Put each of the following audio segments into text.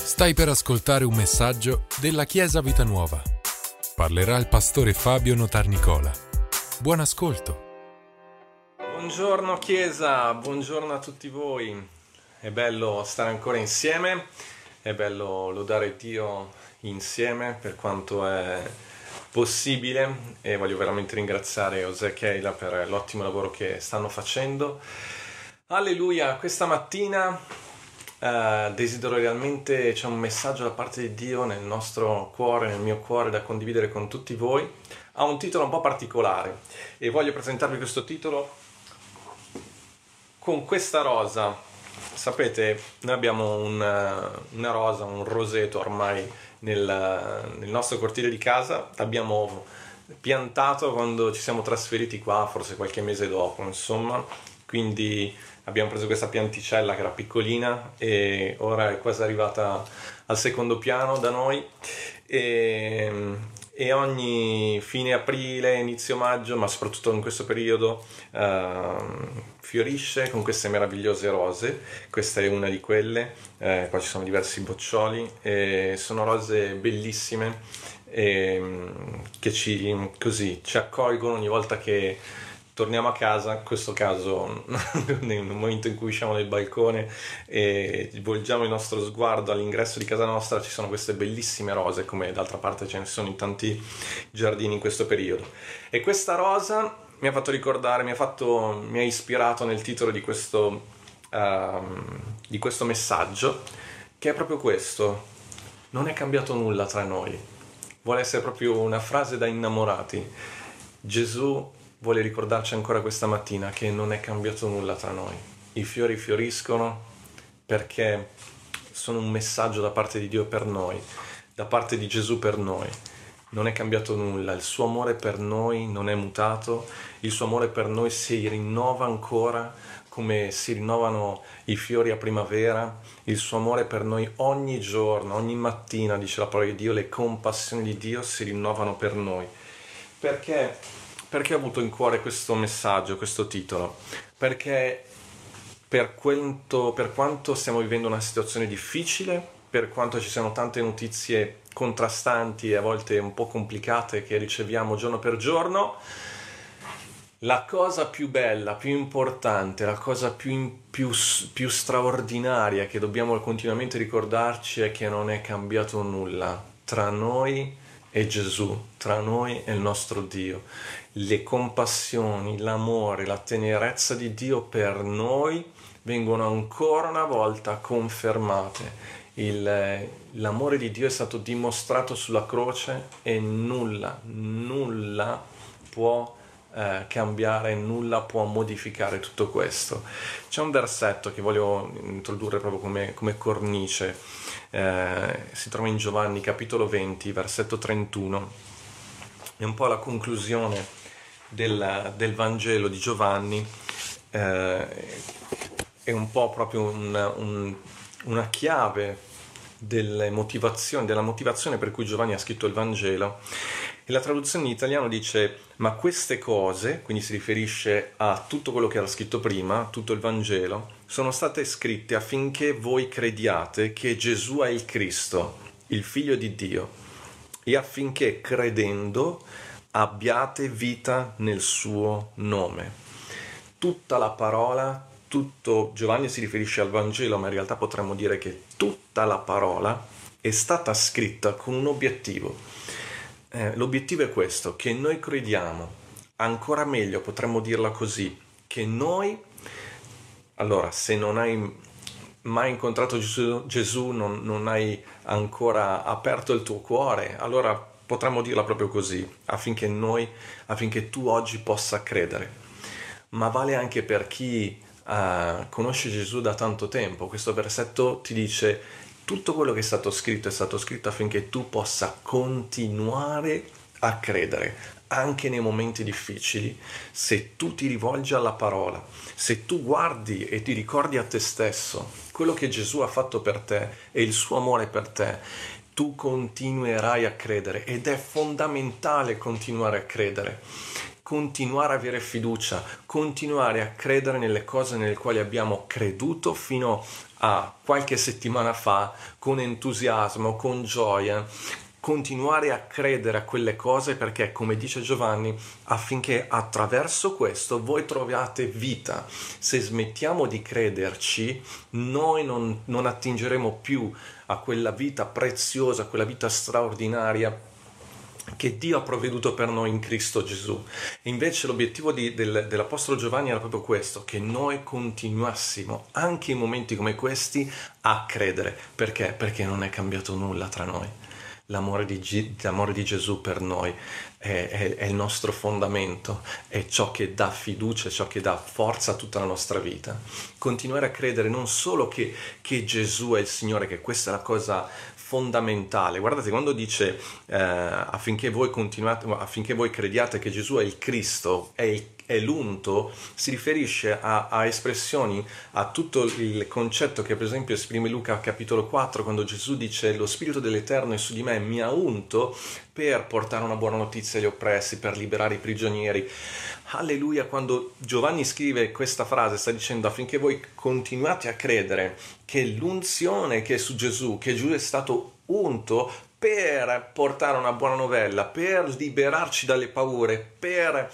Stai per ascoltare un messaggio della Chiesa Vita Nuova. Parlerà il pastore Fabio Notarnicola. Buon ascolto. Buongiorno Chiesa, buongiorno a tutti voi. È bello stare ancora insieme, è bello lodare Dio insieme per quanto è possibile e voglio veramente ringraziare José e Keila per l'ottimo lavoro che stanno facendo. Alleluia, questa mattina desidero realmente, c'è un messaggio da parte di Dio nel nostro cuore, nel mio cuore, da condividere con tutti voi. Ha un titolo un po' particolare e voglio presentarvi questo titolo con questa rosa. Sapete, noi abbiamo una rosa, un roseto ormai nel nostro cortile di casa. L'abbiamo piantato quando ci siamo trasferiti qua, forse qualche mese dopo, insomma. Quindi abbiamo preso questa pianticella che era piccolina e ora è quasi arrivata al secondo piano da noi e ogni fine aprile, inizio maggio, ma soprattutto in questo periodo fiorisce con queste meravigliose rose. Questa è una di quelle, poi ci sono diversi boccioli e sono rose bellissime che ci accolgono ogni volta che torniamo a casa, in questo caso nel momento in cui usciamo dal balcone e volgiamo il nostro sguardo all'ingresso di casa nostra, ci sono queste bellissime rose, come d'altra parte ce ne sono in tanti giardini in questo periodo. E questa rosa mi ha fatto ricordare, mi ha ispirato nel titolo di questo messaggio, che è proprio questo: non è cambiato nulla tra noi. Vuole essere proprio una frase da innamorati. Gesù vuole ricordarci ancora questa mattina che non è cambiato nulla tra noi. I fiori fioriscono perché sono un messaggio da parte di Dio per noi, da parte di Gesù per noi. Non è cambiato nulla, il suo amore per noi non è mutato, il suo amore per noi si rinnova ancora come si rinnovano i fiori a primavera. Il suo amore per noi ogni giorno, ogni mattina, dice la parola di Dio, le compassioni di Dio si rinnovano per noi. Perché ho avuto in cuore questo messaggio, questo titolo? Perché per quanto stiamo vivendo una situazione difficile, per quanto ci siano tante notizie contrastanti e a volte un po' complicate che riceviamo giorno per giorno, la cosa più bella, più importante, la cosa più straordinaria che dobbiamo continuamente ricordarci è che non è cambiato nulla tra noi e Gesù, tra noi e il nostro Dio. Le compassioni, l'amore, la tenerezza di Dio per noi vengono ancora una volta confermate. L'amore di Dio è stato dimostrato sulla croce e nulla può cambiare, nulla può modificare tutto questo. C'è un versetto che voglio introdurre proprio come cornice, si trova in Giovanni capitolo 20 versetto 31, è un po' la conclusione del Vangelo di Giovanni, è un po' proprio una chiave della motivazione per cui Giovanni ha scritto il Vangelo. E la traduzione in italiano dice: ma queste cose, quindi si riferisce a tutto quello che era scritto prima, tutto il Vangelo, sono state scritte affinché voi crediate che Gesù è il Cristo, il Figlio di Dio, e affinché credendo abbiate vita nel suo nome. Tutta la parola, Giovanni si riferisce al Vangelo, ma in realtà potremmo dire che tutta la parola è stata scritta con un obiettivo. L'obiettivo è questo, che noi crediamo, ancora meglio potremmo dirla così, che noi, allora, se non hai mai incontrato Gesù, non hai ancora aperto il tuo cuore, allora potremmo dirla proprio così, affinché tu oggi possa credere. Ma vale anche per chi conosce Gesù da tanto tempo. Questo versetto ti dice: tutto quello che è stato scritto affinché tu possa continuare a credere, anche nei momenti difficili, se tu ti rivolgi alla parola, se tu guardi e ti ricordi a te stesso quello che Gesù ha fatto per te e il suo amore per te, tu continuerai a credere, ed è fondamentale continuare a credere. continuare a avere fiducia, continuare a credere nelle cose nelle quali abbiamo creduto fino a qualche settimana fa, con entusiasmo, con gioia, continuare a credere a quelle cose perché, come dice Giovanni, affinché attraverso questo voi troviate vita. Se smettiamo di crederci, noi non attingeremo più a quella vita preziosa, a quella vita straordinaria che Dio ha provveduto per noi in Cristo Gesù. E invece l'obiettivo dell'Apostolo Giovanni era proprio questo, che noi continuassimo anche in momenti come questi a credere. Perché? Perché non è cambiato nulla tra noi. L'amore di Gesù per noi è il nostro fondamento, è ciò che dà fiducia, ciò che dà forza a tutta la nostra vita. Continuare a credere non solo che Gesù è il Signore, che questa è la cosa fondamentale. Guardate, quando dice affinché voi crediate che Gesù è il Cristo, è l'unto, si riferisce a espressioni, a tutto il concetto che per esempio esprime Luca capitolo 4, quando Gesù dice: lo Spirito dell'Eterno è su di me, mi ha unto per portare una buona notizia agli oppressi, per liberare i prigionieri. Alleluia. Quando Giovanni scrive questa frase sta dicendo affinché voi continuate a credere che l'unzione che è su Gesù, che Gesù è stato unto per portare una buona novella, per liberarci dalle paure, per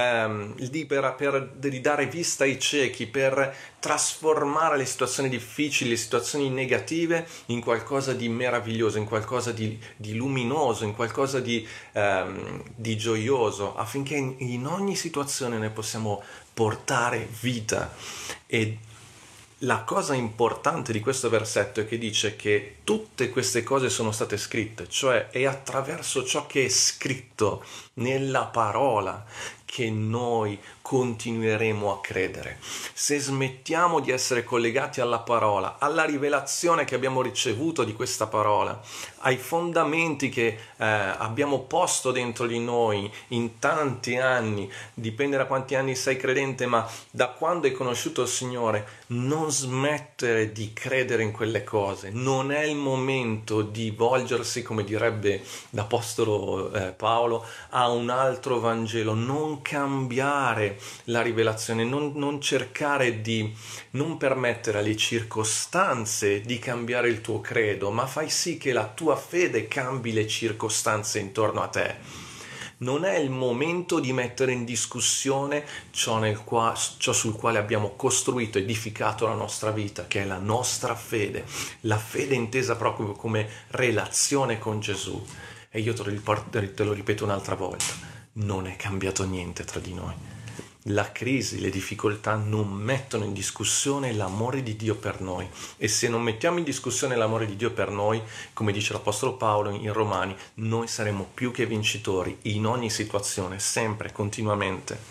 dare vista ai ciechi, per trasformare le situazioni difficili, le situazioni negative in qualcosa di meraviglioso, in qualcosa di luminoso, in qualcosa di gioioso, affinché in ogni situazione noi possiamo portare vita. E la cosa importante di questo versetto è che dice che tutte queste cose sono state scritte, cioè è attraverso ciò che è scritto nella parola che noi continueremo a credere. Se smettiamo di essere collegati alla parola, alla rivelazione che abbiamo ricevuto di questa parola, ai fondamenti che abbiamo posto dentro di noi in tanti anni, dipende da quanti anni sei credente, ma da quando hai conosciuto il Signore, non smettere di credere in quelle cose. Non è il momento di volgersi, come direbbe l'Apostolo Paolo, a un altro Vangelo. Non cambiare la rivelazione, non cercare di non permettere alle circostanze di cambiare il tuo credo, ma fai sì che la tua fede cambi le circostanze intorno a te. Non è il momento di mettere in discussione ciò sul quale abbiamo costruito, edificato la nostra vita, che è la nostra fede, la fede intesa proprio come relazione con Gesù. E io te lo ripeto un'altra volta, non è cambiato niente tra di noi. La crisi, le difficoltà non mettono in discussione l'amore di Dio per noi. E se non mettiamo in discussione l'amore di Dio per noi, come dice l'Apostolo Paolo in Romani, noi saremo più che vincitori in ogni situazione, sempre, continuamente.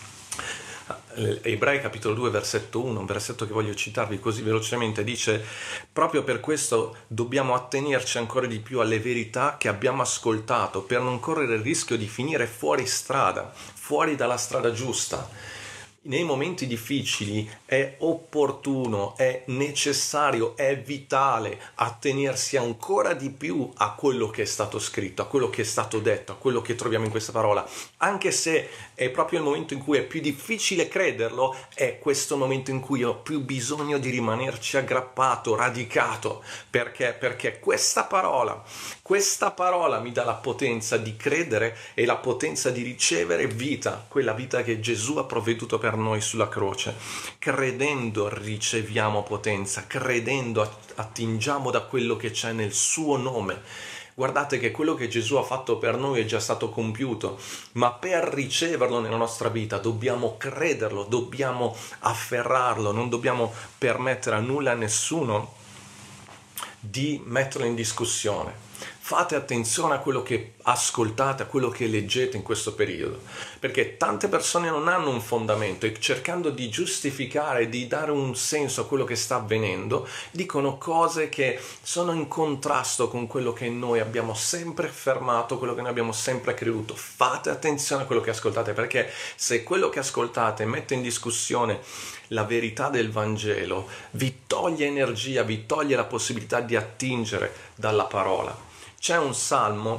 Ebrei capitolo 2 versetto 1, un versetto che voglio citarvi così velocemente, dice: proprio per questo dobbiamo attenerci ancora di più alle verità che abbiamo ascoltato, per non correre il rischio di finire fuori strada, fuori dalla strada giusta. Nei momenti difficili è opportuno, è necessario, è vitale attenersi ancora di più a quello che è stato scritto, a quello che è stato detto, a quello che troviamo in questa parola. Anche se è proprio il momento in cui è più difficile crederlo, è questo momento in cui ho più bisogno di rimanerci aggrappato, radicato. Perché? Perché questa parola mi dà la potenza di credere e la potenza di ricevere vita, quella vita che Gesù ha provveduto per noi sulla croce. Credendo riceviamo potenza, credendo attingiamo da quello che c'è nel suo nome. Guardate che quello che Gesù ha fatto per noi è già stato compiuto, ma per riceverlo nella nostra vita dobbiamo crederlo, dobbiamo afferrarlo, non dobbiamo permettere a nulla e a nessuno di metterlo in discussione. Fate attenzione a quello che ascoltate, a quello che leggete in questo periodo, perché tante persone non hanno un fondamento e cercando di giustificare, di dare un senso a quello che sta avvenendo, dicono cose che sono in contrasto con quello che noi abbiamo sempre affermato, quello che noi abbiamo sempre creduto. Fate attenzione a quello che ascoltate, perché se quello che ascoltate mette in discussione la verità del Vangelo, vi toglie energia, vi toglie la possibilità di attingere dalla parola. C'è un salmo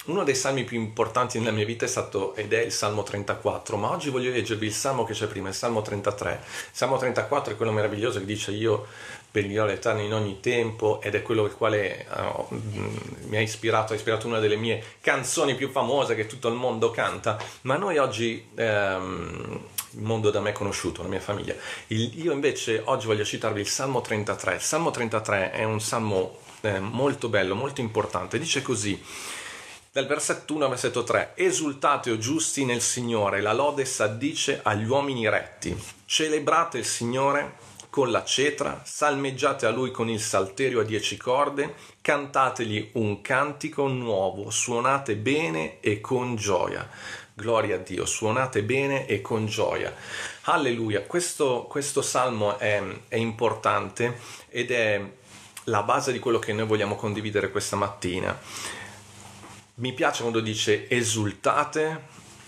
Uno dei salmi più importanti nella mia vita è stato ed è il Salmo 34, ma oggi voglio leggervi il salmo che c'è prima, il Salmo 33. Il Salmo 34 è quello meraviglioso che dice: io bendirò l'Eterno in ogni tempo, ed è quello il quale mi ha ispirato una delle mie canzoni più famose che tutto il mondo canta. Ma noi oggi, il mondo da me conosciuto, la mia famiglia, io invece oggi voglio citarvi il Salmo 33. Il Salmo 33 è un salmo molto bello, molto importante. Dice così, dal versetto 1 al versetto 3: esultate, o giusti, nel Signore, la lode s'addice agli uomini retti. Celebrate il Signore con la cetra, salmeggiate a Lui con il salterio a 10 corde, cantategli un cantico nuovo, suonate bene e con gioia. Gloria a Dio, suonate bene e con gioia. Alleluia, questo salmo è importante ed è la base di quello che noi vogliamo condividere questa mattina. Mi piace quando dice esultate,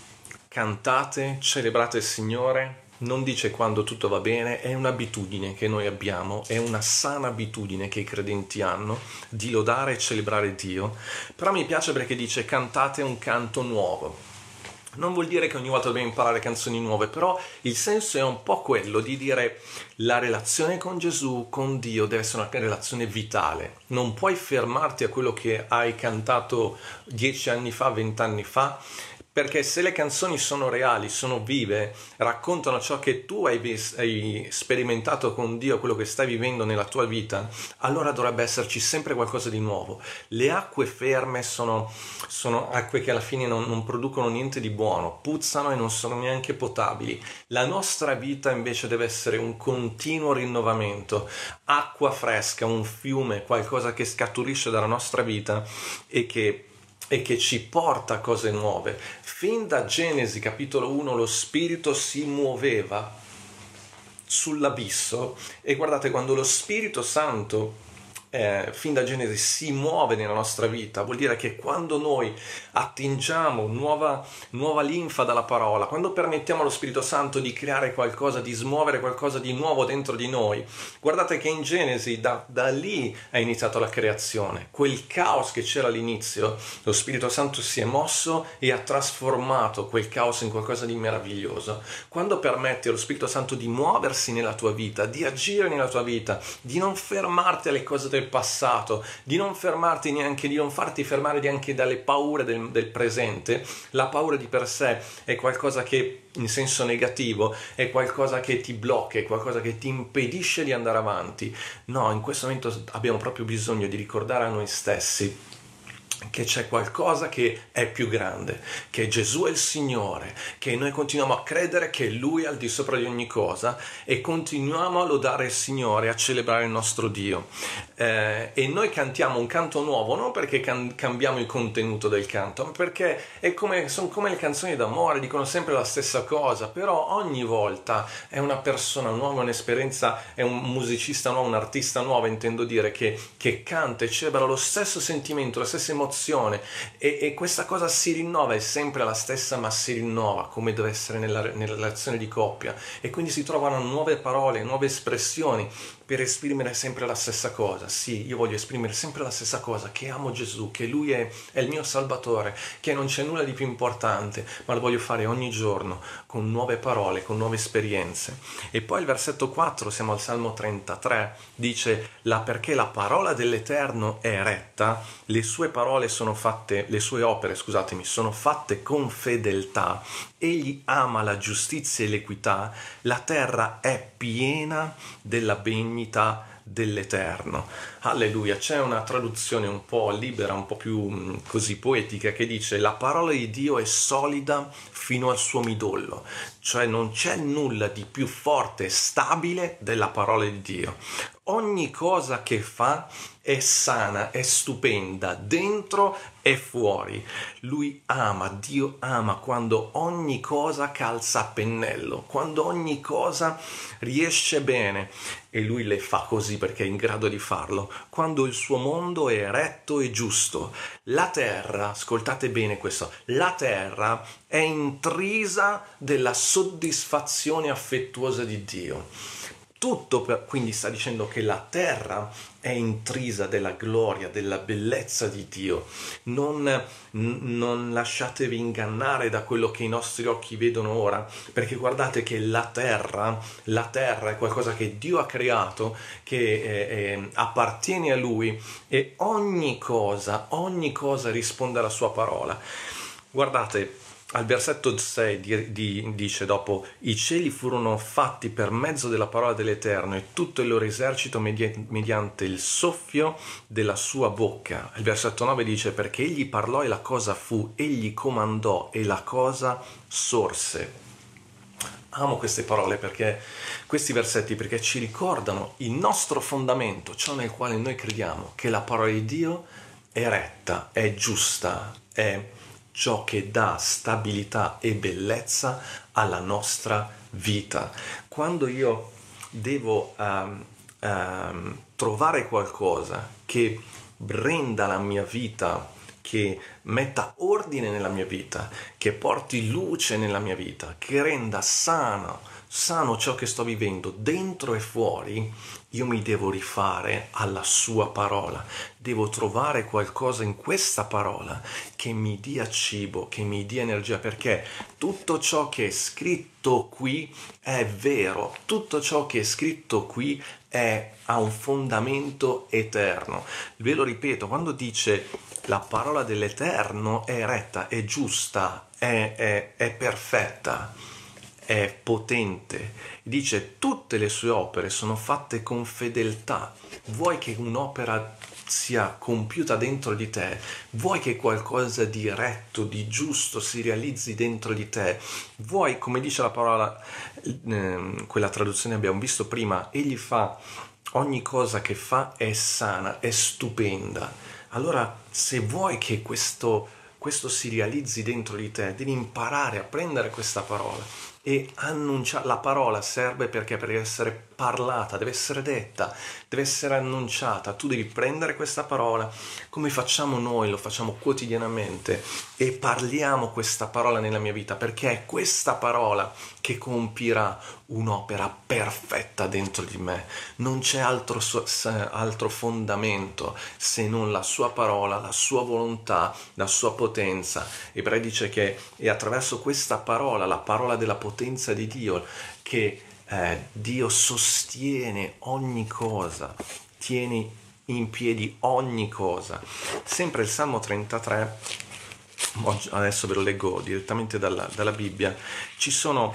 cantate, celebrate il Signore. Non dice quando tutto va bene, è un'abitudine che noi abbiamo, è una sana abitudine che i credenti hanno di lodare e celebrare Dio. Però mi piace perché dice cantate un canto nuovo. Non vuol dire che ogni volta dobbiamo imparare canzoni nuove, però il senso è un po' quello di dire la relazione con Gesù, con Dio, deve essere una relazione vitale. Non puoi fermarti a quello che hai cantato 10 anni fa, 20 anni fa, perché se le canzoni sono reali, sono vive, raccontano ciò che tu hai sperimentato con Dio, quello che stai vivendo nella tua vita, allora dovrebbe esserci sempre qualcosa di nuovo. Le acque ferme sono acque che alla fine non producono niente di buono, puzzano e non sono neanche potabili. La nostra vita invece deve essere un continuo rinnovamento, acqua fresca, un fiume, qualcosa che scaturisce dalla nostra vita e che ci porta a cose nuove. Fin da Genesi capitolo 1 lo Spirito si muoveva sull'abisso, e guardate, quando lo Spirito Santo fin da Genesi si muove nella nostra vita, vuol dire che quando noi attingiamo nuova linfa dalla parola, quando permettiamo allo Spirito Santo di creare qualcosa, di smuovere qualcosa di nuovo dentro di noi, guardate che in Genesi da lì è iniziata la creazione. Quel caos che c'era all'inizio, lo Spirito Santo si è mosso e ha trasformato quel caos in qualcosa di meraviglioso. Quando permetti allo Spirito Santo di muoversi nella tua vita, di agire nella tua vita, di non fermarti alle cose del passato, di non fermarti neanche, di non farti fermare neanche dalle paure del presente. La paura di per sé è qualcosa che, in senso negativo, è qualcosa che ti blocca, è qualcosa che ti impedisce di andare avanti. No, in questo momento abbiamo proprio bisogno di ricordare a noi stessi che c'è qualcosa che è più grande, che Gesù è il Signore, che noi continuiamo a credere che Lui è al di sopra di ogni cosa e continuiamo a lodare il Signore, a celebrare il nostro Dio. E noi cantiamo un canto nuovo, non perché cambiamo il contenuto del canto, ma perché sono come le canzoni d'amore, dicono sempre la stessa cosa, però ogni volta è una persona nuova, un'esperienza, è un musicista nuovo, un artista nuovo, intendo dire, che canta e celebra lo stesso sentimento, la stessa emozione, e questa cosa si rinnova, è sempre la stessa, ma si rinnova, come deve essere nella relazione di coppia, e quindi si trovano nuove parole, nuove espressioni per esprimere sempre la stessa cosa. Sì, io voglio esprimere sempre la stessa cosa, che amo Gesù, che Lui è il mio Salvatore, che non c'è nulla di più importante, ma lo voglio fare ogni giorno, con nuove parole, con nuove esperienze. E poi il versetto 4, siamo al Salmo 33, dice: perché la parola dell'Eterno è retta, le sue opere sono fatte con fedeltà, egli ama la giustizia e l'equità, la terra è piena della benignità dell'Eterno. Alleluia. C'è una traduzione un po' libera, un po' più così poetica, che dice: la parola di Dio è solida fino al suo midollo, cioè non c'è nulla di più forte e stabile della parola di Dio. Ogni cosa che fa è sana, è stupenda, dentro e fuori. Lui ama, Dio ama quando ogni cosa calza a pennello, quando ogni cosa riesce bene, e Lui le fa così perché è in grado di farlo, quando il suo mondo è retto e giusto. La terra, ascoltate bene questo, la terra è intrisa della soddisfazione affettuosa di Dio. Quindi sta dicendo che la terra è intrisa della gloria, della bellezza di Dio. Non lasciatevi ingannare da quello che i nostri occhi vedono ora, perché guardate che la terra è qualcosa che Dio ha creato, che appartiene a Lui, e ogni cosa risponde alla sua parola. Guardate, al versetto 6 dice dopo: i cieli furono fatti per mezzo della parola dell'Eterno e tutto il loro esercito mediante il soffio della sua bocca. Il versetto 9 dice: perché egli parlò e la cosa fu, egli comandò e la cosa sorse. Amo queste parole, perché questi versetti, perché ci ricordano il nostro fondamento, ciò nel quale noi crediamo, che la parola di Dio è retta, è giusta, è ciò che dà stabilità e bellezza alla nostra vita. Quando io devo trovare qualcosa che renda la mia vita, che metta ordine nella mia vita, che porti luce nella mia vita, che renda sano ciò che sto vivendo dentro e fuori, io mi devo rifare alla sua parola. Devo trovare qualcosa in questa parola che mi dia cibo, che mi dia energia, perché tutto ciò che è scritto qui è vero, tutto ciò che è scritto qui ha un fondamento eterno. Ve lo ripeto, quando dice la parola dell'Eterno è retta, è giusta, è perfetta, è potente. Dice: tutte le sue opere sono fatte con fedeltà. Vuoi che un'opera sia compiuta dentro di te? Vuoi che qualcosa di retto, di giusto si realizzi dentro di te? Vuoi, come dice la parola, quella traduzione abbiamo visto prima, egli fa, ogni cosa che fa è sana, è stupenda. Allora, se vuoi che questo si realizzi dentro di te, devi imparare a prendere questa parola e annunciare. La parola serve per essere parlata, deve essere detta, deve essere annunciata. Tu devi prendere questa parola, come facciamo noi, lo facciamo quotidianamente, e parliamo questa parola nella mia vita, perché è questa parola che compirà un'opera perfetta dentro di me. Non c'è altro fondamento se non la sua parola, la sua volontà, la sua potenza. Ebrei dice che è attraverso questa parola, la parola della potenza di Dio, che Dio sostiene ogni cosa, tiene in piedi ogni cosa. Sempre il Salmo 33, adesso ve lo leggo direttamente dalla Bibbia, ci sono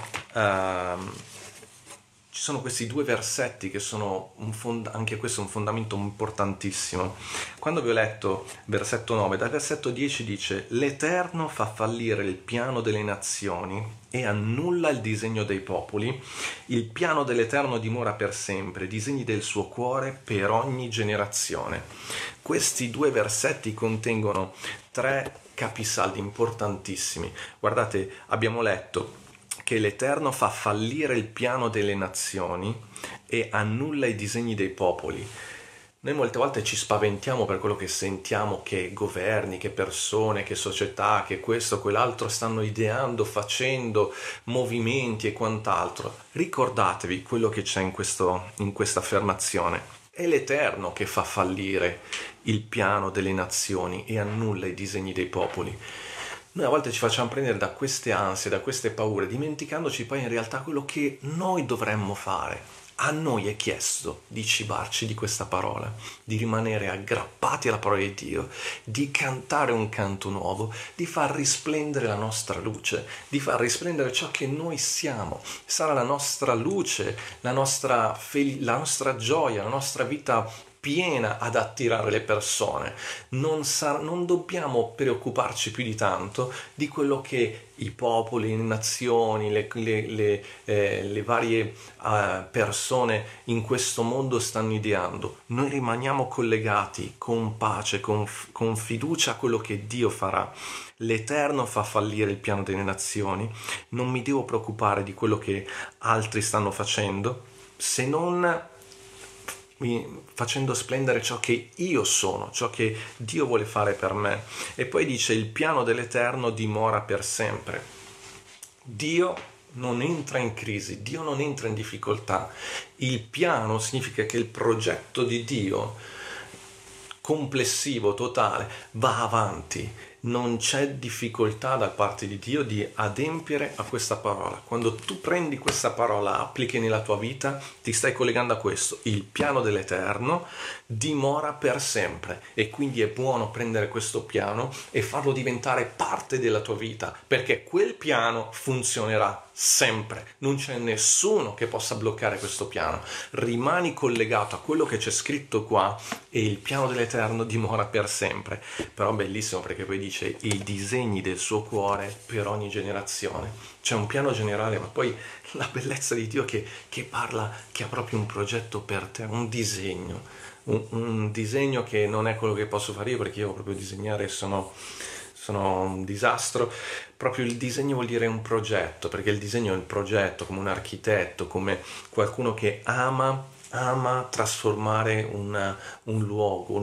questi due versetti che sono anche questo è un fondamento importantissimo. Quando vi ho letto versetto 9, dal versetto 10 dice: l'Eterno fa fallire il piano delle nazioni e annulla il disegno dei popoli. Il piano dell'Eterno dimora per sempre, i disegni del suo cuore per ogni generazione. Questi due versetti contengono 3 capisaldi importantissimi. Guardate, abbiamo letto che l'Eterno fa fallire il piano delle nazioni e annulla i disegni dei popoli. Noi molte volte ci spaventiamo per quello che sentiamo che governi, che persone, che società, che questo, quell'altro stanno ideando, facendo movimenti e quant'altro. Ricordatevi quello che c'è in questa affermazione. È l'Eterno che fa fallire il piano delle nazioni e annulla i disegni dei popoli. Noi a volte ci facciamo prendere da queste ansie, da queste paure, dimenticandoci poi in realtà quello che noi dovremmo fare. A noi è chiesto di cibarci di questa parola, di rimanere aggrappati alla parola di Dio, di cantare un canto nuovo, di far risplendere la nostra luce, di far risplendere ciò che noi siamo. Sarà la nostra luce, la nostra gioia, la nostra vita piena ad attirare le persone. Non dobbiamo preoccuparci più di tanto di quello che i popoli, le nazioni, le varie persone in questo mondo stanno ideando. Noi rimaniamo collegati con pace, con fiducia a quello che Dio farà. L'Eterno fa fallire il piano delle nazioni. Non mi devo preoccupare di quello che altri stanno facendo, se non facendo splendere ciò che io sono, ciò che Dio vuole fare per me. E poi dice: il piano dell'Eterno dimora per sempre. Dio non entra in crisi, Dio non entra in difficoltà. Il piano significa che il progetto di Dio complessivo, totale, va avanti. Non c'è difficoltà da parte di Dio di adempiere a questa parola. Quando tu prendi questa parola, applichi nella tua vita, ti stai collegando a questo. Il piano dell'Eterno dimora per sempre e quindi è buono prendere questo piano e farlo diventare parte della tua vita, perché quel piano funzionerà sempre. Non c'è nessuno che possa bloccare questo piano. Rimani collegato a quello che c'è scritto qua e il piano dell'Eterno dimora per sempre. Però bellissimo, perché poi dice i disegni del suo cuore per ogni generazione. C'è un piano generale, ma poi la bellezza di Dio che parla, che ha proprio un progetto per te, un disegno. Un disegno che non è quello che posso fare io, perché io proprio disegnare sono un disastro. Proprio il disegno vuol dire un progetto, perché il disegno è il progetto, come un architetto, come qualcuno che ama trasformare un luogo,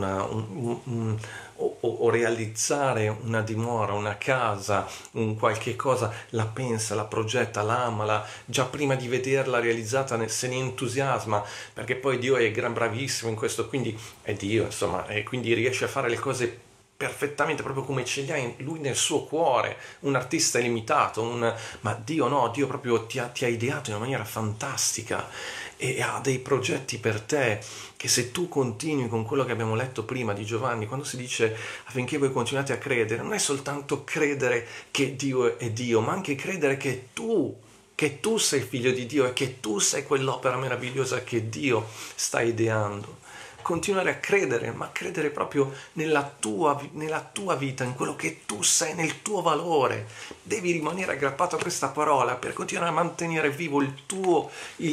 o realizzare una dimora, una casa, un qualche cosa, la pensa, la progetta, la ama, già prima di vederla realizzata se ne entusiasma, perché poi Dio è bravissimo in questo, quindi è Dio, insomma, e quindi riesce a fare le cose perfettamente, proprio come ce li ha lui nel suo cuore. Un artista illimitato, ma Dio no, Dio proprio ti ha ideato in una maniera fantastica e ha dei progetti per te, che se tu continui con quello che abbiamo letto prima di Giovanni, quando si dice affinché voi continuate a credere, non è soltanto credere che Dio è Dio, ma anche credere che tu sei figlio di Dio e che tu sei quell'opera meravigliosa che Dio sta ideando. Continuare a credere, ma credere proprio nella tua vita, in quello che tu sei, nel tuo valore. Devi rimanere aggrappato a questa parola per continuare a mantenere vivo il tuo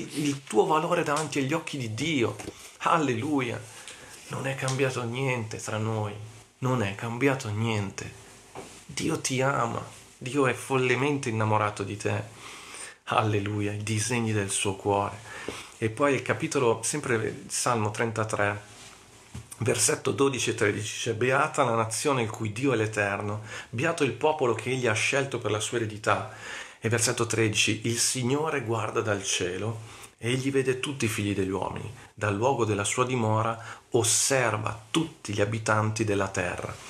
valore davanti agli occhi di Dio. Alleluia! Non è cambiato niente tra noi, non è cambiato niente. Dio ti ama, Dio è follemente innamorato di te. Alleluia, i disegni del suo cuore. E poi il capitolo, sempre il Salmo 33, versetto 12 e 13, dice: beata la nazione il cui Dio è l'Eterno, beato il popolo che egli ha scelto per la sua eredità. E versetto 13, il Signore guarda dal cielo e egli vede tutti i figli degli uomini, dal luogo della sua dimora osserva tutti gli abitanti della terra.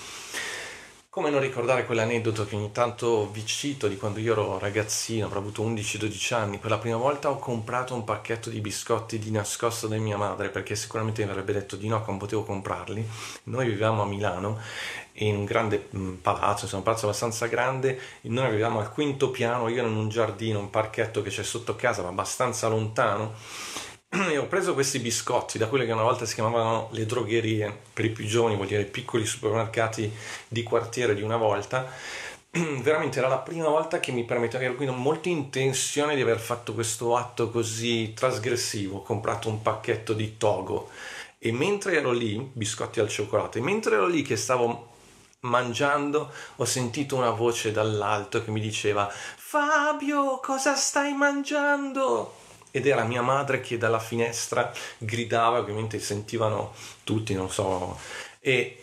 Come non ricordare quell'aneddoto che ogni tanto vi cito di quando io ero ragazzino, avrò avuto 11-12 anni. Per la prima volta ho comprato un pacchetto di biscotti di nascosto da mia madre, perché sicuramente mi avrebbe detto di no, che non potevo comprarli. Noi vivevamo a Milano, in un grande palazzo, insomma un palazzo abbastanza grande. Noi vivevamo al quinto piano, io ero in un giardino, un parchetto che c'è sotto casa, ma abbastanza lontano. E ho preso questi biscotti da quelle che una volta si chiamavano le drogherie, per i più giovani vuol dire piccoli supermercati di quartiere di una volta. Veramente era la prima volta che mi permetteva, ero quindi molto in tensione di aver fatto questo atto così trasgressivo. Ho comprato un pacchetto di Togo e mentre ero lì, biscotti al cioccolato, e mentre ero lì che stavo mangiando, ho sentito una voce dall'alto che mi diceva: Fabio, cosa stai mangiando? Ed era mia madre che dalla finestra gridava, ovviamente sentivano tutti, non so. E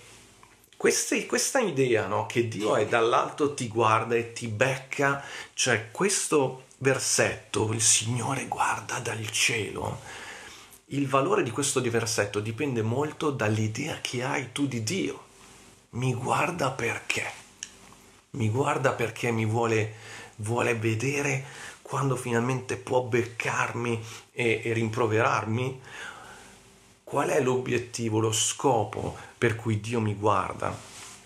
questa idea, no, che Dio è dall'alto, ti guarda e ti becca, cioè questo versetto, il Signore guarda dal cielo, il valore di questo versetto dipende molto dall'idea che hai tu di Dio. Mi guarda perché? Mi guarda perché mi vuole vedere quando finalmente può beccarmi e rimproverarmi. Qual è l'obiettivo, lo scopo per cui Dio mi guarda?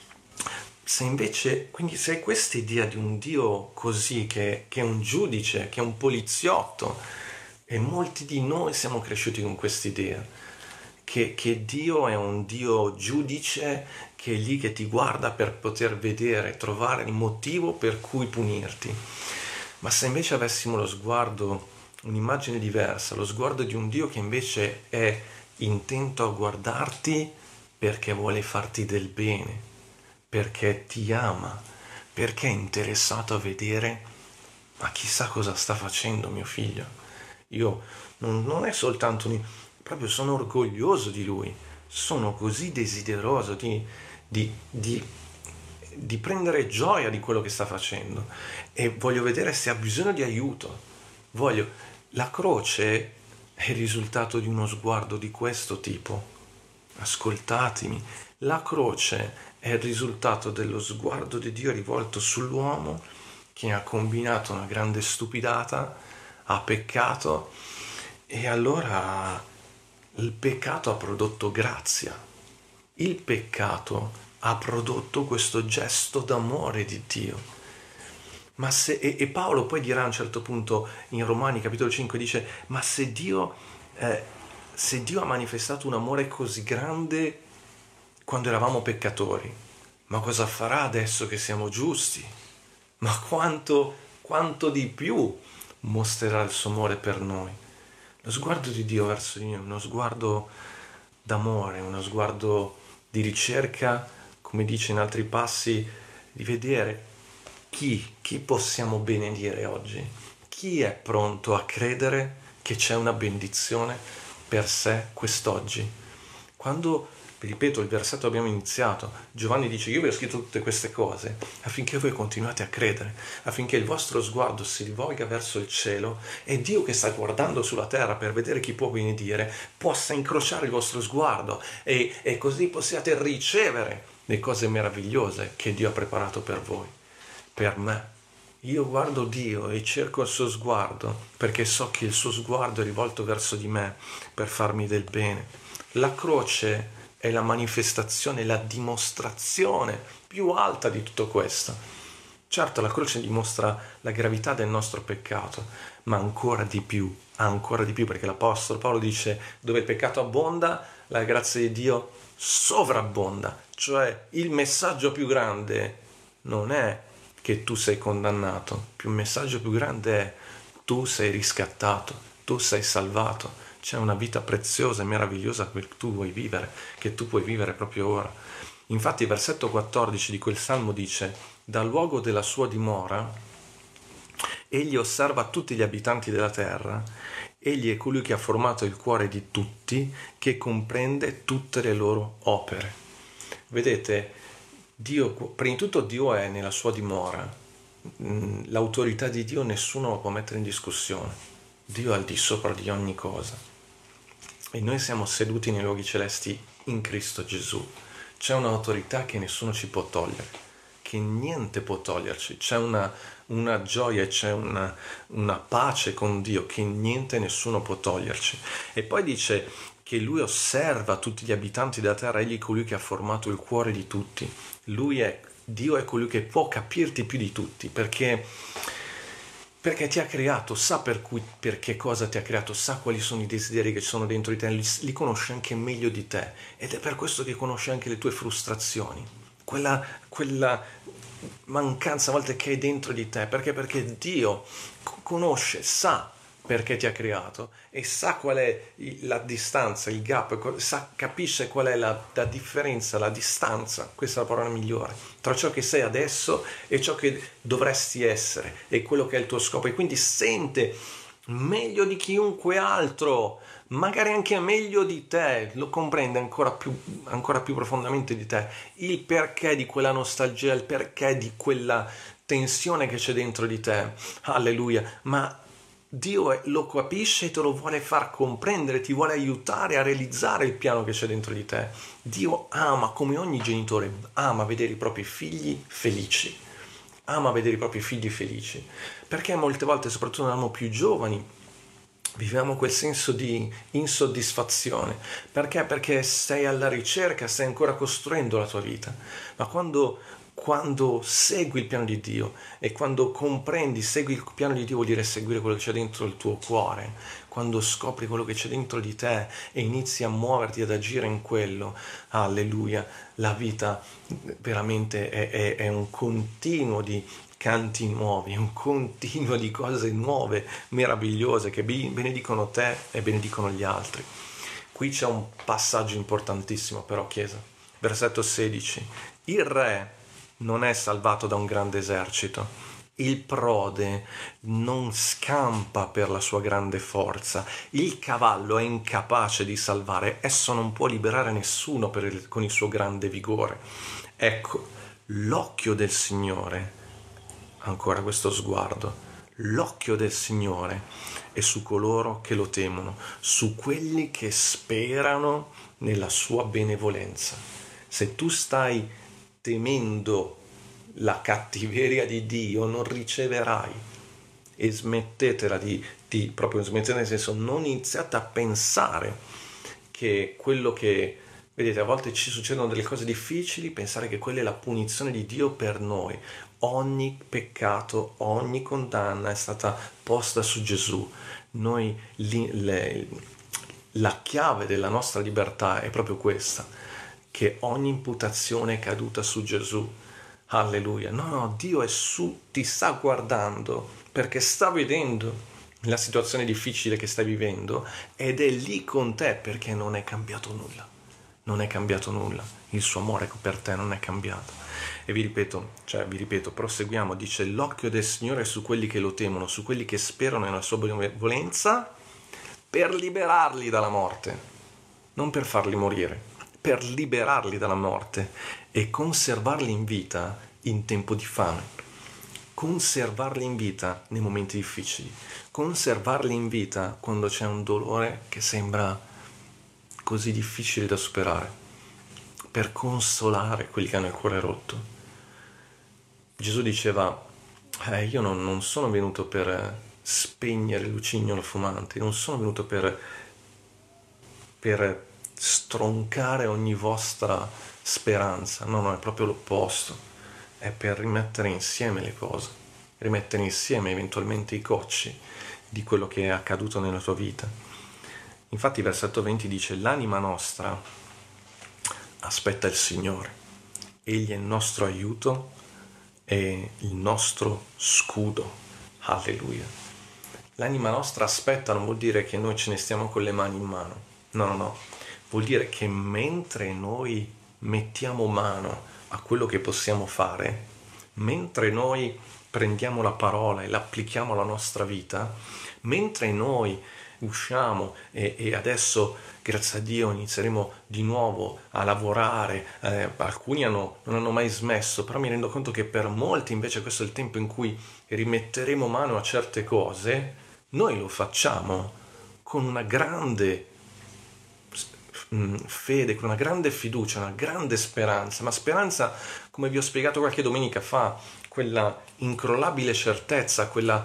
Se invece, quindi se hai questa idea di un Dio così, che è un giudice, che è un poliziotto, e molti di noi siamo cresciuti con questa idea, che Dio è un Dio giudice, che è lì che ti guarda per poter vedere, trovare il motivo per cui punirti. Ma se invece avessimo lo sguardo, un'immagine diversa, lo sguardo di un Dio che invece è intento a guardarti perché vuole farti del bene, perché ti ama, perché è interessato a vedere, ma chissà cosa sta facendo mio figlio. Io non è soltanto proprio sono orgoglioso di lui, sono così desideroso di prendere gioia di quello che sta facendo e voglio vedere se ha bisogno di aiuto, La croce è il risultato di uno sguardo di questo tipo. Ascoltatemi, la croce è il risultato dello sguardo di Dio rivolto sull'uomo che ha combinato una grande stupidata, ha peccato e allora il peccato ha prodotto grazia. Il peccato ha prodotto questo gesto d'amore di Dio. E Paolo poi dirà a un certo punto in Romani capitolo 5, dice: ma se Dio ha manifestato un amore così grande quando eravamo peccatori, ma cosa farà adesso che siamo giusti? Ma quanto di più mostrerà il suo amore per noi? Lo sguardo di Dio verso di noi è uno sguardo d'amore, uno sguardo di ricerca, come dice in altri passi, di vedere chi possiamo benedire oggi, chi è pronto a credere che c'è una benedizione per sé quest'oggi. Quando, ripeto, il versetto abbiamo iniziato, Giovanni dice: io vi ho scritto tutte queste cose affinché voi continuate a credere, affinché il vostro sguardo si rivolga verso il cielo e Dio che sta guardando sulla terra per vedere chi può benedire possa incrociare il vostro sguardo e così possiate ricevere le cose meravigliose che Dio ha preparato per voi. Per me, io guardo Dio e cerco il suo sguardo perché so che il suo sguardo è rivolto verso di me per farmi del bene. La croce è la manifestazione, la dimostrazione più alta di tutto questo. Certo, la croce dimostra la gravità del nostro peccato, ma ancora di più, perché l'Apostolo Paolo dice: dove il peccato abbonda, la grazia di Dio sovrabbonda. Cioè, il messaggio più grande non è che tu sei condannato, il messaggio più grande è: tu sei riscattato, tu sei salvato, c'è una vita preziosa e meravigliosa che tu vuoi vivere, che tu puoi vivere proprio ora. Infatti il versetto 14 di quel salmo dice: dal luogo della sua dimora egli osserva tutti gli abitanti della terra, egli è colui che ha formato il cuore di tutti, che comprende tutte le loro opere. Vedete, Dio, prima di tutto Dio è nella sua dimora, l'autorità di Dio nessuno lo può mettere in discussione, Dio è al di sopra di ogni cosa e noi siamo seduti nei luoghi celesti in Cristo Gesù. C'è un'autorità che nessuno ci può togliere, che niente può toglierci, c'è una gioia, c'è una pace con Dio che niente e nessuno può toglierci. E poi dice che lui osserva tutti gli abitanti della terra, egli è colui che ha formato il cuore di tutti. Dio è colui che può capirti più di tutti, perché ti ha creato, sa per che cosa ti ha creato, sa quali sono i desideri che ci sono dentro di te, li conosce anche meglio di te, ed è per questo che conosce anche le tue frustrazioni, quella mancanza a volte che hai dentro di te, perché Dio conosce, sa perché ti ha creato e sa qual è la distanza, il gap, capisce qual è la differenza, la distanza, questa è la parola migliore, tra ciò che sei adesso e ciò che dovresti essere e quello che è il tuo scopo, e quindi sente meglio di chiunque altro, magari anche meglio di te, lo comprende ancora più profondamente di te, il perché di quella nostalgia, il perché di quella tensione che c'è dentro di te. Alleluia. Ma Dio lo capisce e te lo vuole far comprendere, ti vuole aiutare a realizzare il piano che c'è dentro di te. Dio ama, come ogni genitore, ama vedere i propri figli felici. Ama vedere i propri figli felici. Perché molte volte, soprattutto quando eravamo più giovani, viviamo quel senso di insoddisfazione. Perché? Perché sei alla ricerca, stai ancora costruendo la tua vita. Ma quando segui il piano di Dio e quando comprendi, segui il piano di Dio, vuol dire seguire quello che c'è dentro il tuo cuore. Quando scopri quello che c'è dentro di te e inizi a muoverti, ad agire in quello, alleluia, la vita veramente è un continuo di canti nuovi, un continuo di cose nuove, meravigliose, che benedicono te e benedicono gli altri. Qui c'è un passaggio importantissimo però, Chiesa. Versetto 16. Il re non è salvato da un grande esercito. Il prode non scampa per la sua grande forza. Il cavallo è incapace di salvare. Esso non può liberare nessuno con il suo grande vigore. Ecco, l'occhio del Signore, ancora questo sguardo, l'occhio del Signore è su coloro che lo temono, su quelli che sperano nella sua benevolenza. Se tu stai temendo la cattiveria di Dio, non riceverai. E smettetela proprio smettete, nel senso, non iniziate a pensare che quello che, vedete, a volte ci succedono delle cose difficili, pensare che quella è la punizione di Dio per noi. Ogni peccato, ogni condanna è stata posta su Gesù. Noi, la chiave della nostra libertà è proprio questa, che ogni imputazione è caduta su Gesù. Alleluia. No, Dio è ti sta guardando perché sta vedendo la situazione difficile che stai vivendo ed è lì con te perché non è cambiato nulla. Non è cambiato nulla. Il suo amore per te non è cambiato. E vi ripeto, proseguiamo. Dice: l'occhio del Signore è su quelli che lo temono, su quelli che sperano nella sua benevolenza, per liberarli dalla morte, non per farli morire, per liberarli dalla morte e conservarli in vita in tempo di fame, conservarli in vita nei momenti difficili, conservarli in vita quando c'è un dolore che sembra così difficile da superare, per consolare quelli che hanno il cuore rotto. Gesù diceva: io non sono venuto per spegnere il lucignolo fumante, non sono venuto per stroncare ogni vostra speranza. No, è proprio l'opposto. È per rimettere insieme le cose, rimettere insieme eventualmente i cocci di quello che è accaduto nella tua vita. Infatti versetto 20 dice: l'anima nostra aspetta il Signore, Egli è il nostro aiuto e il nostro scudo. Alleluia. L'anima nostra aspetta non vuol dire che noi ce ne stiamo con le mani in mano. No. Vuol dire che mentre noi mettiamo mano a quello che possiamo fare, mentre noi prendiamo la parola e l'applichiamo alla nostra vita, mentre noi usciamo e adesso, grazie a Dio, inizieremo di nuovo a lavorare, alcuni non hanno mai smesso, però mi rendo conto che per molti invece questo è il tempo in cui rimetteremo mano a certe cose. Noi lo facciamo con una grande fede, con una grande fiducia, una grande speranza, ma speranza, come vi ho spiegato qualche domenica fa, quella incrollabile certezza, quella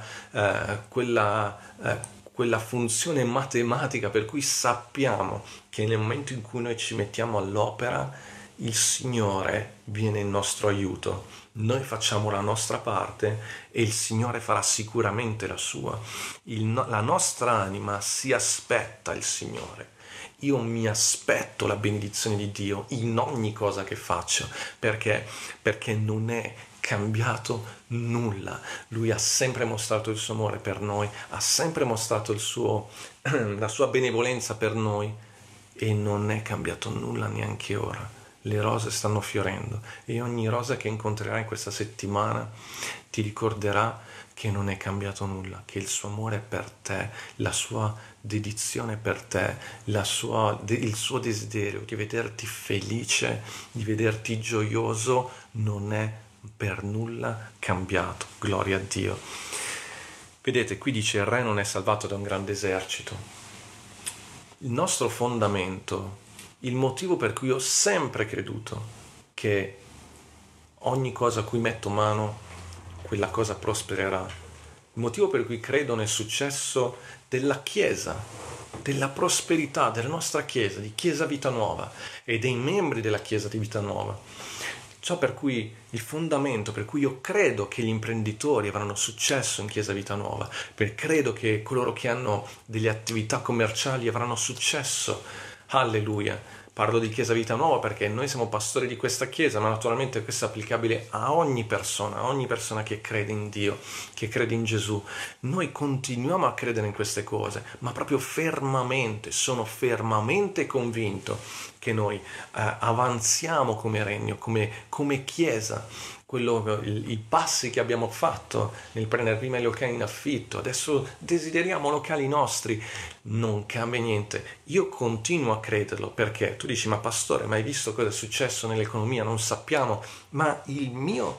funzione matematica per cui sappiamo che nel momento in cui noi ci mettiamo all'opera, il Signore viene in nostro aiuto. Noi facciamo la nostra parte e il Signore farà sicuramente la sua. La nostra anima si aspetta il Signore. Io mi aspetto la benedizione di Dio in ogni cosa che faccio, perché non è cambiato nulla. Lui ha sempre mostrato il suo amore per noi, ha sempre mostrato la sua benevolenza per noi e non è cambiato nulla neanche ora. Le rose stanno fiorendo e ogni rosa che incontrerai questa settimana ti ricorderà che non è cambiato nulla, che il suo amore per te, la sua dedizione per te, il suo desiderio di vederti felice, di vederti gioioso, non è per nulla cambiato. Gloria a Dio. Vedete, qui dice: il re non è salvato da un grande esercito. Il nostro fondamento, il motivo per cui ho sempre creduto che ogni cosa a cui metto mano, quella cosa prospererà, il motivo per cui credo nel successo della Chiesa, della prosperità della nostra Chiesa, di Chiesa Vita Nuova e dei membri della Chiesa di Vita Nuova, ciò per cui il fondamento per cui io credo che gli imprenditori avranno successo in Chiesa Vita Nuova, perché credo che coloro che hanno delle attività commerciali avranno successo. Alleluia. Parlo di Chiesa Vita Nuova perché noi siamo pastori di questa Chiesa, ma naturalmente questo è applicabile a ogni persona che crede in Dio, che crede in Gesù. Noi continuiamo a credere in queste cose, ma proprio fermamente, sono fermamente convinto che noi avanziamo come regno, come Chiesa. I passi che abbiamo fatto nel prendere prima i locali in affitto, adesso desideriamo locali nostri, non cambia niente. Io continuo a crederlo, perché tu dici: ma pastore, ma hai visto cosa è successo nell'economia? Non sappiamo. Ma il mio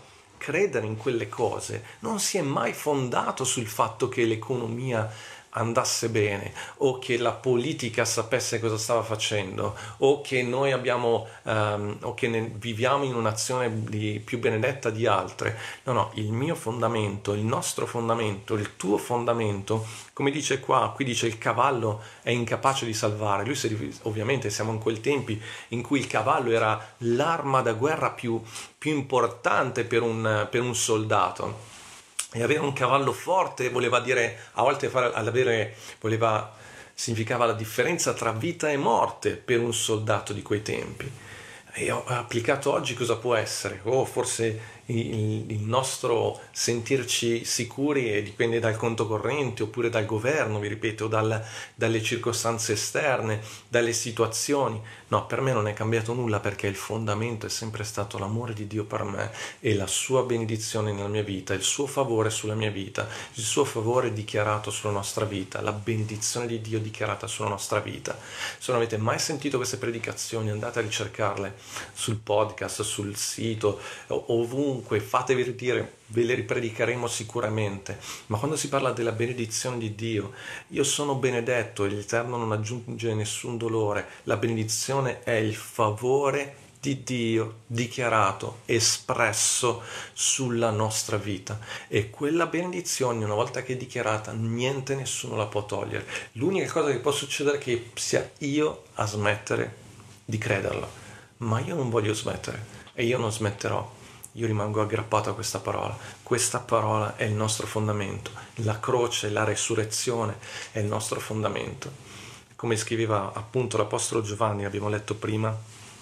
credere in quelle cose non si è mai fondato sul fatto che l'economia andasse bene, o che la politica sapesse cosa stava facendo, o che noi abbiamo o che viviamo in una nazione più benedetta di altre. No, il mio fondamento, il nostro fondamento, il tuo fondamento, come dice qui dice il cavallo è incapace di salvare. Ovviamente siamo in quei tempi in cui il cavallo era l'arma da guerra più importante per un soldato. E avere un cavallo forte voleva dire, a volte significava la differenza tra vita e morte per un soldato di quei tempi. E applicato oggi cosa può essere? Forse il nostro sentirci sicuri dipende dal conto corrente, oppure dal governo, vi ripeto, dalle circostanze esterne, dalle situazioni. No, per me non è cambiato nulla, perché il fondamento è sempre stato l'amore di Dio per me e la sua benedizione nella mia vita, il suo favore sulla mia vita, il suo favore dichiarato sulla nostra vita, la benedizione di Dio dichiarata sulla nostra vita. Se non avete mai sentito queste predicazioni, andate a ricercarle sul podcast, sul sito, ovunque, fatevi dire, ve le ripredicheremo sicuramente. Ma quando si parla della benedizione di Dio, io sono benedetto e l'Eterno non aggiunge nessun dolore. La benedizione è il favore di Dio dichiarato, espresso sulla nostra vita, e quella benedizione, una volta che è dichiarata, niente, nessuno la può togliere. L'unica cosa che può succedere è che sia io a smettere di crederla, ma io non voglio smettere e io non smetterò. Io rimango aggrappato a questa parola. Questa parola è il nostro fondamento. La croce, la resurrezione è il nostro fondamento. Come scriveva appunto l'Apostolo Giovanni, abbiamo letto prima,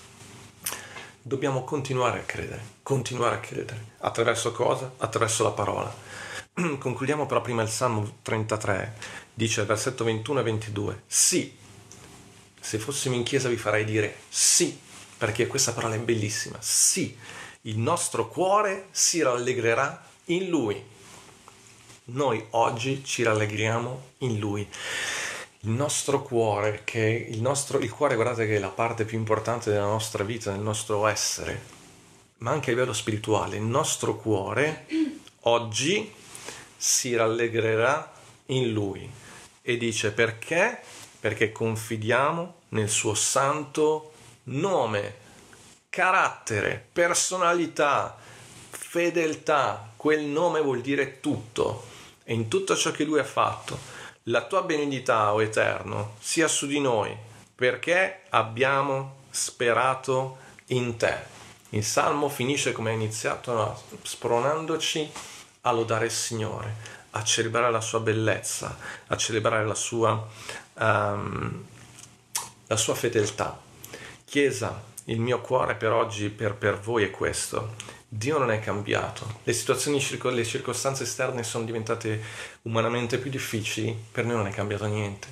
dobbiamo continuare a credere. Attraverso cosa? Attraverso la parola. Concludiamo però prima il Salmo 33, dice al versetto 21 e 22, sì, se fossimo in chiesa vi farei dire sì, perché questa parola è bellissima, sì. Il nostro cuore si rallegrerà in Lui. Noi oggi ci rallegriamo in Lui. Il nostro cuore, il cuore, guardate che è la parte più importante della nostra vita, del nostro essere, ma anche a livello spirituale. Il nostro cuore oggi si rallegrerà in Lui. E dice perché? Perché confidiamo nel suo santo nome. Carattere, personalità, fedeltà, quel nome vuol dire tutto, e in tutto ciò che Lui ha fatto. La tua benedità, o Eterno, sia su di noi, perché abbiamo sperato in te. Il Salmo finisce come è iniziato, spronandoci a lodare il Signore, a celebrare la sua bellezza, a celebrare la sua fedeltà. Chiesa, il mio cuore per oggi, per voi è questo. Dio non è cambiato. Le situazioni, le circostanze esterne sono diventate umanamente più difficili. Per noi non è cambiato niente.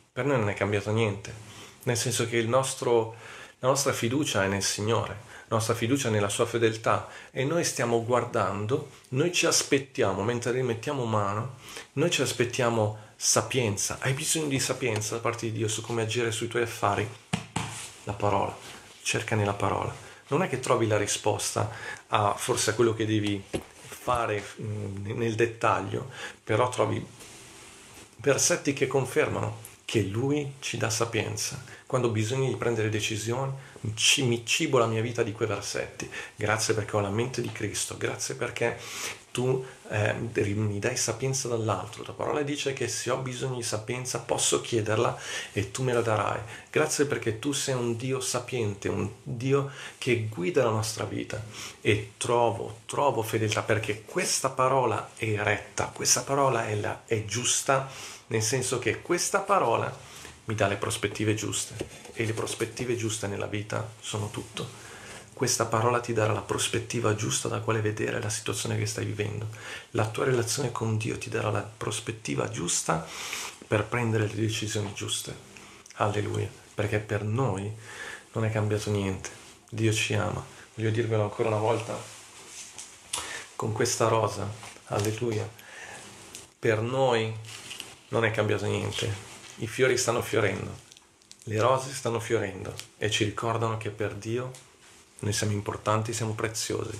Nel senso che la nostra fiducia è nel Signore, la nostra fiducia è nella sua fedeltà, e noi stiamo guardando, noi ci aspettiamo, mentre rimettiamo mano, noi ci aspettiamo sapienza. Hai bisogno di sapienza da parte di Dio su come agire sui tuoi affari? La parola. Cerca nella parola. Non è che trovi la risposta forse a quello che devi fare nel dettaglio, però trovi versetti che confermano che Lui ci dà sapienza. Quando ho bisogno di prendere decisioni, mi cibo la mia vita di quei versetti. Grazie perché ho la mente di Cristo, grazie perché tu mi dai sapienza dall'alto. La parola dice che se ho bisogno di sapienza posso chiederla e tu me la darai. Grazie perché tu sei un Dio sapiente, un Dio che guida la nostra vita, e trovo fedeltà, perché questa parola è retta, questa parola è giusta, nel senso che questa parola mi dà le prospettive giuste, e le prospettive giuste nella vita sono tutto. Questa parola ti darà la prospettiva giusta da quale vedere la situazione che stai vivendo. La tua relazione con Dio ti darà la prospettiva giusta per prendere le decisioni giuste. Alleluia. Perché per noi non è cambiato niente. Dio ci ama. Voglio dirvelo ancora una volta con questa rosa. Alleluia. Per noi non è cambiato niente. I fiori stanno fiorendo. Le rose stanno fiorendo e ci ricordano che per Dio noi siamo importanti, siamo preziosi.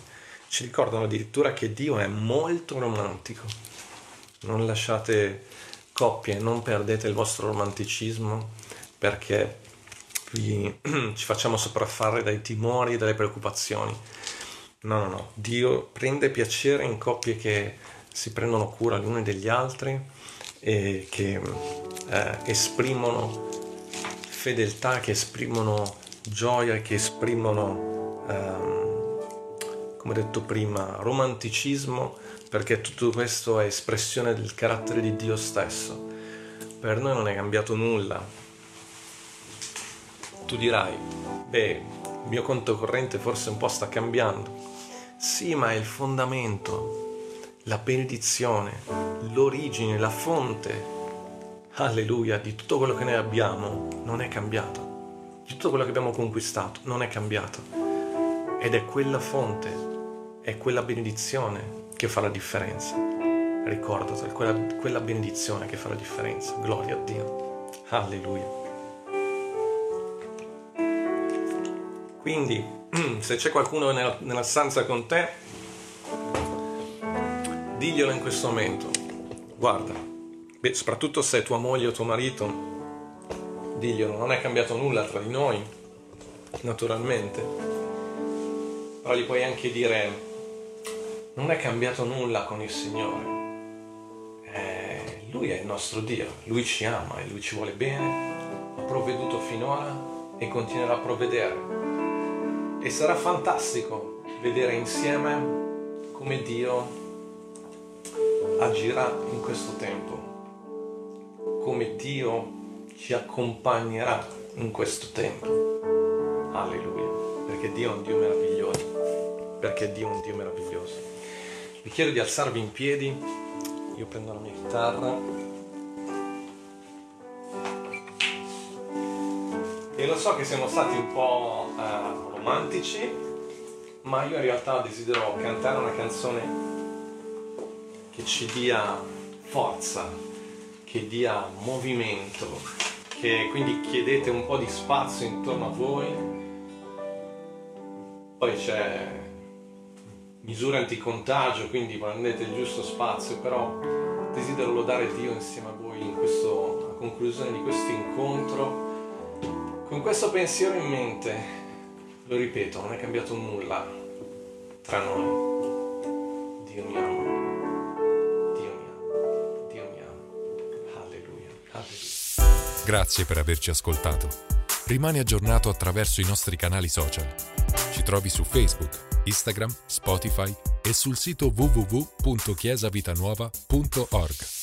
ci ricordano addirittura che Dio è molto romantico. Non lasciate coppie, non perdete il vostro romanticismo perché ci facciamo sopraffare dai timori e dalle preoccupazioni. No. Dio prende piacere in coppie che si prendono cura gli uni degli altri e che esprimono fedeltà, che esprimono gioia, che esprimono, come ho detto prima, romanticismo, perché tutto questo è espressione del carattere di Dio stesso. Per noi non è cambiato nulla. Tu dirai, il mio conto corrente forse un po' sta cambiando. Sì, ma è il fondamento, la benedizione, l'origine, la fonte, alleluia, di tutto quello che noi abbiamo non è cambiato. Di tutto quello che abbiamo conquistato non è cambiato. Ed è quella fonte, è quella benedizione che fa la differenza. Ricordatelo, quella benedizione che fa la differenza. Gloria a Dio. Alleluia. Quindi, se c'è qualcuno nella stanza con te, diglielo in questo momento. Guarda, soprattutto se è tua moglie o tuo marito, diglielo, non è cambiato nulla tra di noi, naturalmente. Però gli puoi anche dire, non è cambiato nulla con il Signore. Lui è il nostro Dio, Lui ci ama e Lui ci vuole bene, ha provveduto finora e continuerà a provvedere. E sarà fantastico vedere insieme come Dio agirà in questo tempo, come Dio ci accompagnerà in questo tempo. Alleluia, perché Dio è un Dio meraviglioso, perché Dio è un Dio meraviglioso. Vi chiedo di alzarvi in piedi, io prendo la mia chitarra. E lo so che siamo stati un po' romantici, ma io in realtà desidero cantare una canzone che ci dia forza, che dia movimento, che quindi chiedete un po' di spazio intorno a voi. Poi c'è misura anticontagio, quindi prendete il giusto spazio, però desidero lodare Dio insieme a voi a conclusione di questo incontro. Con questo pensiero in mente, lo ripeto, non è cambiato nulla tra noi. Dio mi ama, Dio mi ama, Dio mi ama. Alleluia, alleluia. Grazie per averci ascoltato. Rimani aggiornato attraverso i nostri canali social. Ci trovi su Facebook, Instagram, Spotify e sul sito www.chiesavitanuova.org.